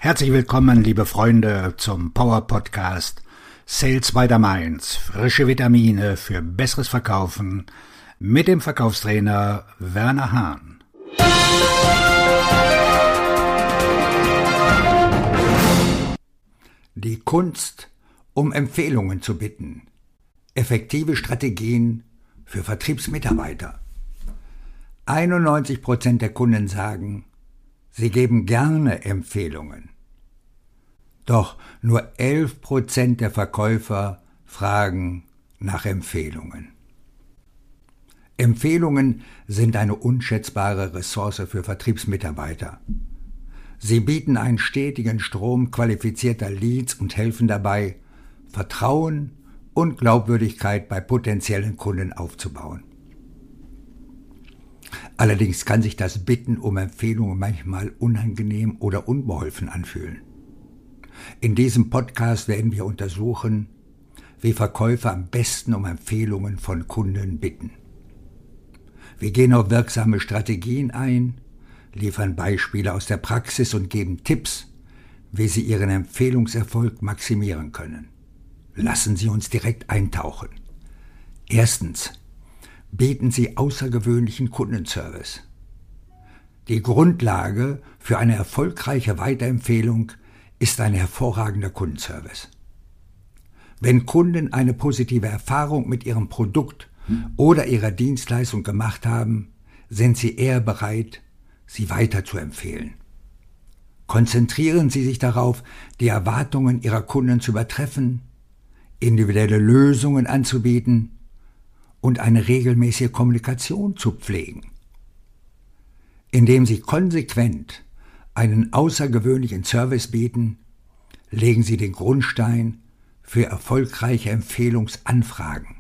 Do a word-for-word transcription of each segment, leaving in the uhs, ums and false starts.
Herzlich willkommen, liebe Freunde, zum Power-Podcast Sales by the Mainz. Frische Vitamine für besseres Verkaufen mit dem Verkaufstrainer Werner Hahn. Die Kunst, um Empfehlungen zu bitten. Effektive Strategien für Vertriebsmitarbeiter. einundneunzig Prozent der Kunden sagen, sie geben gerne Empfehlungen. Doch nur elf Prozent der Verkäufer fragen nach Empfehlungen. Empfehlungen sind eine unschätzbare Ressource für Vertriebsmitarbeiter. Sie bieten einen stetigen Strom qualifizierter Leads und helfen dabei, Vertrauen und Glaubwürdigkeit bei potenziellen Kunden aufzubauen. Allerdings kann sich das Bitten um Empfehlungen manchmal unangenehm oder unbeholfen anfühlen. In diesem Podcast werden wir untersuchen, wie Verkäufer am besten um Empfehlungen von Kunden bitten. Wir gehen auf wirksame Strategien ein, liefern Beispiele aus der Praxis und geben Tipps, wie Sie Ihren Empfehlungserfolg maximieren können. Lassen Sie uns direkt eintauchen. Erstens. Bieten Sie außergewöhnlichen Kundenservice. Die Grundlage für eine erfolgreiche Weiterempfehlung ist ein hervorragender Kundenservice. Wenn Kunden eine positive Erfahrung mit ihrem Produkt oder ihrer Dienstleistung gemacht haben, sind sie eher bereit, sie weiterzuempfehlen. Konzentrieren Sie sich darauf, die Erwartungen Ihrer Kunden zu übertreffen, individuelle Lösungen anzubieten und eine regelmäßige Kommunikation zu pflegen. Indem Sie konsequent einen außergewöhnlichen Service bieten, legen Sie den Grundstein für erfolgreiche Empfehlungsanfragen.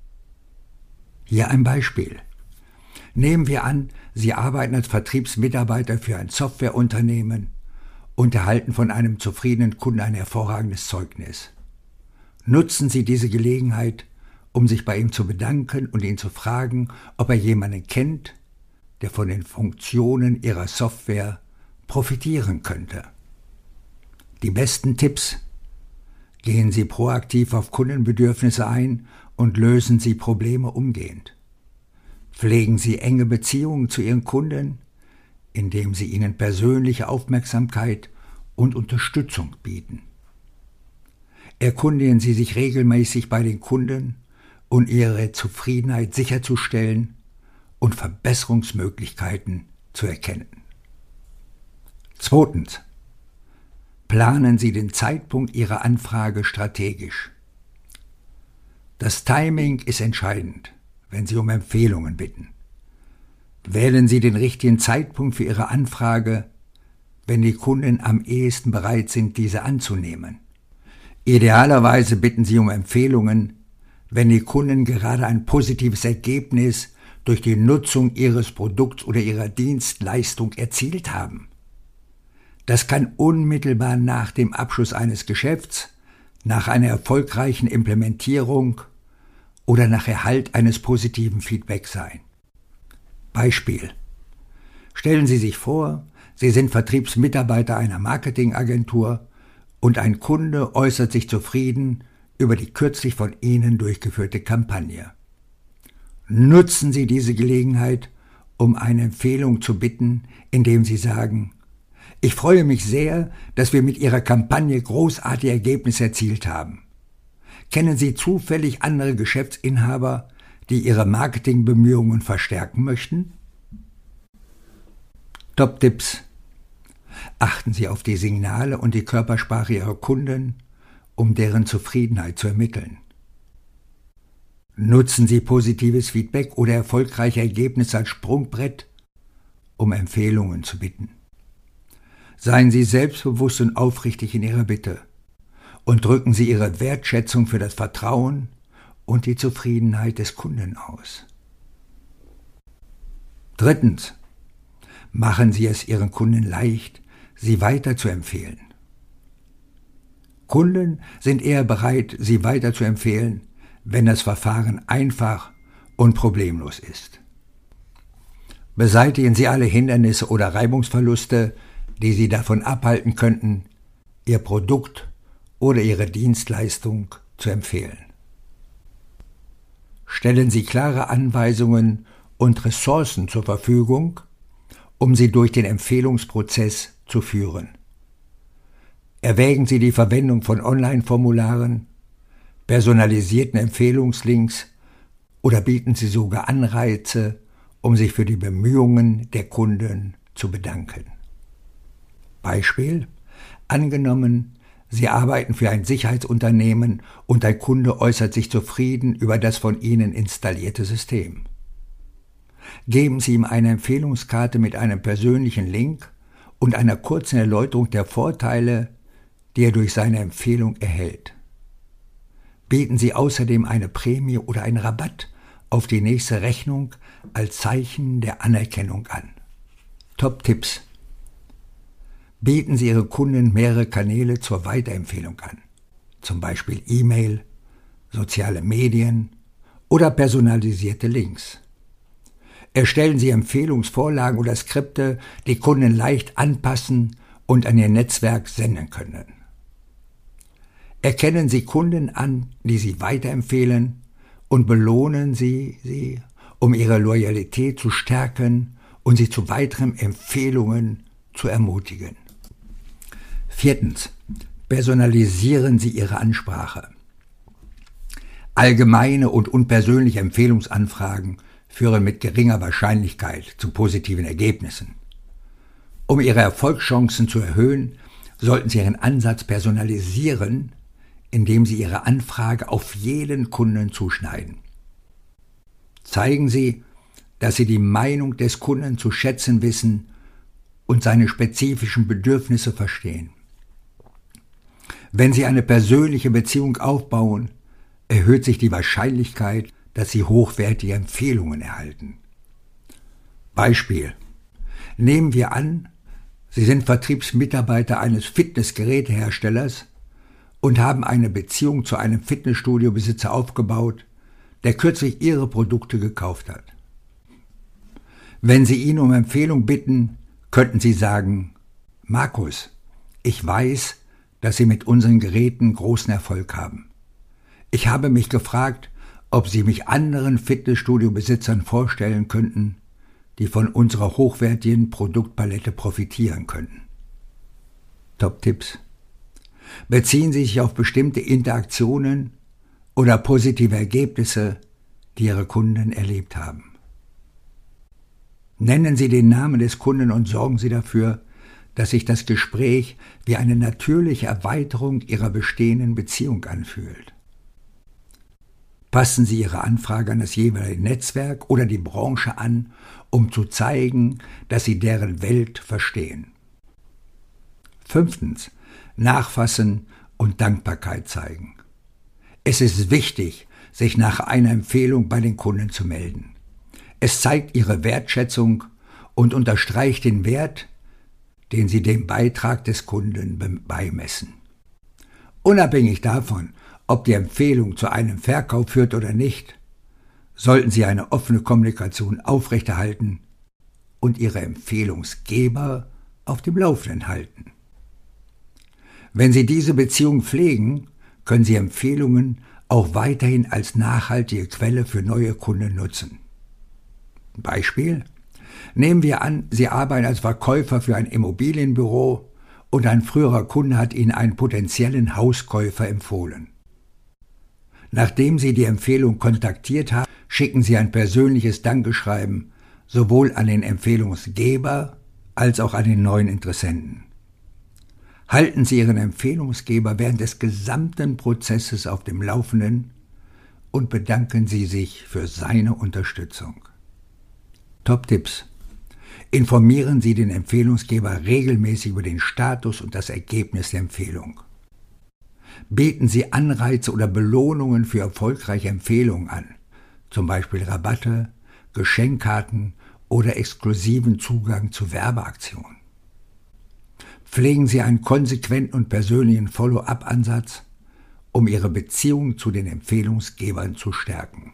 Hier ein Beispiel. Nehmen wir an, Sie arbeiten als Vertriebsmitarbeiter für ein Softwareunternehmen und erhalten von einem zufriedenen Kunden ein hervorragendes Zeugnis. Nutzen Sie diese Gelegenheit, um sich bei ihm zu bedanken und ihn zu fragen, ob er jemanden kennt, der von den Funktionen Ihrer Software profitieren könnte. Die besten Tipps: Gehen Sie proaktiv auf Kundenbedürfnisse ein und lösen Sie Probleme umgehend. Pflegen Sie enge Beziehungen zu Ihren Kunden, indem Sie ihnen persönliche Aufmerksamkeit und Unterstützung bieten. Erkundigen Sie sich regelmäßig bei den Kunden, und ihre Zufriedenheit sicherzustellen und Verbesserungsmöglichkeiten zu erkennen. Zweitens. Planen Sie den Zeitpunkt Ihrer Anfrage strategisch. Das Timing ist entscheidend, wenn Sie um Empfehlungen bitten. Wählen Sie den richtigen Zeitpunkt für Ihre Anfrage, wenn die Kunden am ehesten bereit sind, diese anzunehmen. Idealerweise bitten Sie um Empfehlungen, wenn die Kunden gerade ein positives Ergebnis durch die Nutzung ihres Produkts oder ihrer Dienstleistung erzielt haben. Das kann unmittelbar nach dem Abschluss eines Geschäfts, nach einer erfolgreichen Implementierung oder nach Erhalt eines positiven Feedbacks sein. Beispiel: Stellen Sie sich vor, Sie sind Vertriebsmitarbeiter einer Marketingagentur und ein Kunde äußert sich zufrieden über die kürzlich von Ihnen durchgeführte Kampagne. Nutzen Sie diese Gelegenheit, um eine Empfehlung zu bitten, indem Sie sagen: Ich freue mich sehr, dass wir mit Ihrer Kampagne großartige Ergebnisse erzielt haben. Kennen Sie zufällig andere Geschäftsinhaber, die ihre Marketingbemühungen verstärken möchten? Top-Tipps: Achten Sie auf die Signale und die Körpersprache Ihrer Kunden, um deren Zufriedenheit zu ermitteln. Nutzen Sie positives Feedback oder erfolgreiche Ergebnisse als Sprungbrett, um Empfehlungen zu bitten. Seien Sie selbstbewusst und aufrichtig in Ihrer Bitte und drücken Sie Ihre Wertschätzung für das Vertrauen und die Zufriedenheit des Kunden aus. Drittens. Machen Sie es Ihren Kunden leicht, Sie weiterzuempfehlen. Kunden sind eher bereit, Sie weiterzuempfehlen, wenn das Verfahren einfach und problemlos ist. Beseitigen Sie alle Hindernisse oder Reibungsverluste, die Sie davon abhalten könnten, Ihr Produkt oder Ihre Dienstleistung zu empfehlen. Stellen Sie klare Anweisungen und Ressourcen zur Verfügung, um Sie durch den Empfehlungsprozess zu führen. Erwägen Sie die Verwendung von Online-Formularen, personalisierten Empfehlungslinks oder bieten Sie sogar Anreize, um sich für die Bemühungen der Kunden zu bedanken. Beispiel: Angenommen, Sie arbeiten für ein Sicherheitsunternehmen und ein Kunde äußert sich zufrieden über das von Ihnen installierte System. Geben Sie ihm eine Empfehlungskarte mit einem persönlichen Link und einer kurzen Erläuterung der Vorteile, die er durch seine Empfehlung erhält. Bieten Sie außerdem eine Prämie oder einen Rabatt auf die nächste Rechnung als Zeichen der Anerkennung an. Top-Tipps: Bieten Sie Ihre Kunden mehrere Kanäle zur Weiterempfehlung an, zum Beispiel E-Mail, soziale Medien oder personalisierte Links. Erstellen Sie Empfehlungsvorlagen oder Skripte, die Kunden leicht anpassen und an Ihr Netzwerk senden können. Erkennen Sie Kunden an, die Sie weiterempfehlen, und belohnen Sie sie, um ihre Loyalität zu stärken und sie zu weiteren Empfehlungen zu ermutigen. Viertens. Personalisieren Sie Ihre Ansprache. Allgemeine und unpersönliche Empfehlungsanfragen führen mit geringer Wahrscheinlichkeit zu positiven Ergebnissen. Um Ihre Erfolgschancen zu erhöhen, sollten Sie Ihren Ansatz personalisieren, indem Sie Ihre Anfrage auf jeden Kunden zuschneiden. Zeigen Sie, dass Sie die Meinung des Kunden zu schätzen wissen und seine spezifischen Bedürfnisse verstehen. Wenn Sie eine persönliche Beziehung aufbauen, erhöht sich die Wahrscheinlichkeit, dass Sie hochwertige Empfehlungen erhalten. Beispiel: Nehmen wir an, Sie sind Vertriebsmitarbeiter eines Fitnessgeräteherstellers und haben eine Beziehung zu einem Fitnessstudio-Besitzer aufgebaut, der kürzlich Ihre Produkte gekauft hat. Wenn Sie ihn um Empfehlung bitten, könnten Sie sagen: Markus, ich weiß, dass Sie mit unseren Geräten großen Erfolg haben. Ich habe mich gefragt, ob Sie mich anderen Fitnessstudio-Besitzern vorstellen könnten, die von unserer hochwertigen Produktpalette profitieren könnten. Top-Tipps: Beziehen Sie sich auf bestimmte Interaktionen oder positive Ergebnisse, die Ihre Kunden erlebt haben. Nennen Sie den Namen des Kunden und sorgen Sie dafür, dass sich das Gespräch wie eine natürliche Erweiterung Ihrer bestehenden Beziehung anfühlt. Passen Sie Ihre Anfrage an das jeweilige Netzwerk oder die Branche an, um zu zeigen, dass Sie deren Welt verstehen. Fünftens. Nachfassen und Dankbarkeit zeigen. Es ist wichtig, sich nach einer Empfehlung bei den Kunden zu melden. Es zeigt Ihre Wertschätzung und unterstreicht den Wert, den Sie dem Beitrag des Kunden beimessen. Unabhängig davon, ob die Empfehlung zu einem Verkauf führt oder nicht, sollten Sie eine offene Kommunikation aufrechterhalten und Ihre Empfehlungsgeber auf dem Laufenden halten. Wenn Sie diese Beziehung pflegen, können Sie Empfehlungen auch weiterhin als nachhaltige Quelle für neue Kunden nutzen. Beispiel: Nehmen wir an, Sie arbeiten als Verkäufer für ein Immobilienbüro und ein früherer Kunde hat Ihnen einen potenziellen Hauskäufer empfohlen. Nachdem Sie die Empfehlung kontaktiert haben, schicken Sie ein persönliches Dankeschreiben sowohl an den Empfehlungsgeber als auch an den neuen Interessenten. Halten Sie Ihren Empfehlungsgeber während des gesamten Prozesses auf dem Laufenden und bedanken Sie sich für seine Unterstützung. Top-Tipps: Informieren Sie den Empfehlungsgeber regelmäßig über den Status und das Ergebnis der Empfehlung. Bieten Sie Anreize oder Belohnungen für erfolgreiche Empfehlungen an, zum Beispiel Rabatte, Geschenkkarten oder exklusiven Zugang zu Werbeaktionen. Pflegen Sie einen konsequenten und persönlichen Follow-up-Ansatz, um Ihre Beziehung zu den Empfehlungsgebern zu stärken.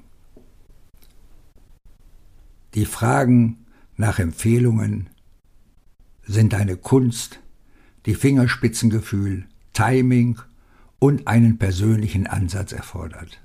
Die Fragen nach Empfehlungen sind eine Kunst, die Fingerspitzengefühl Timing und einen persönlichen Ansatz erfordert.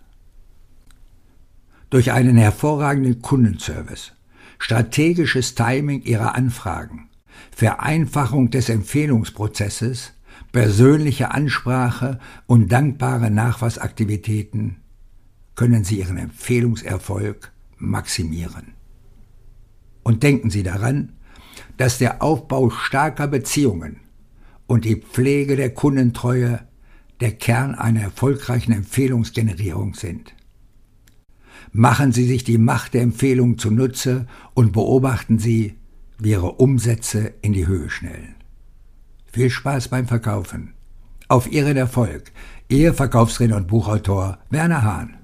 Durch einen hervorragenden Kundenservice, strategisches Timing Ihrer Anfragen, Vereinfachung des Empfehlungsprozesses, persönliche Ansprache und dankbare Nachfassaktivitäten können Sie Ihren Empfehlungserfolg maximieren. Und denken Sie daran, dass der Aufbau starker Beziehungen und die Pflege der Kundentreue der Kern einer erfolgreichen Empfehlungsgenerierung sind. Machen Sie sich die Macht der Empfehlung zunutze und beobachten Sie, wie Ihre Umsätze in die Höhe schnellen. Viel Spaß beim Verkaufen. Auf Ihren Erfolg. Ihr Verkaufsredner und Buchautor Werner Hahn.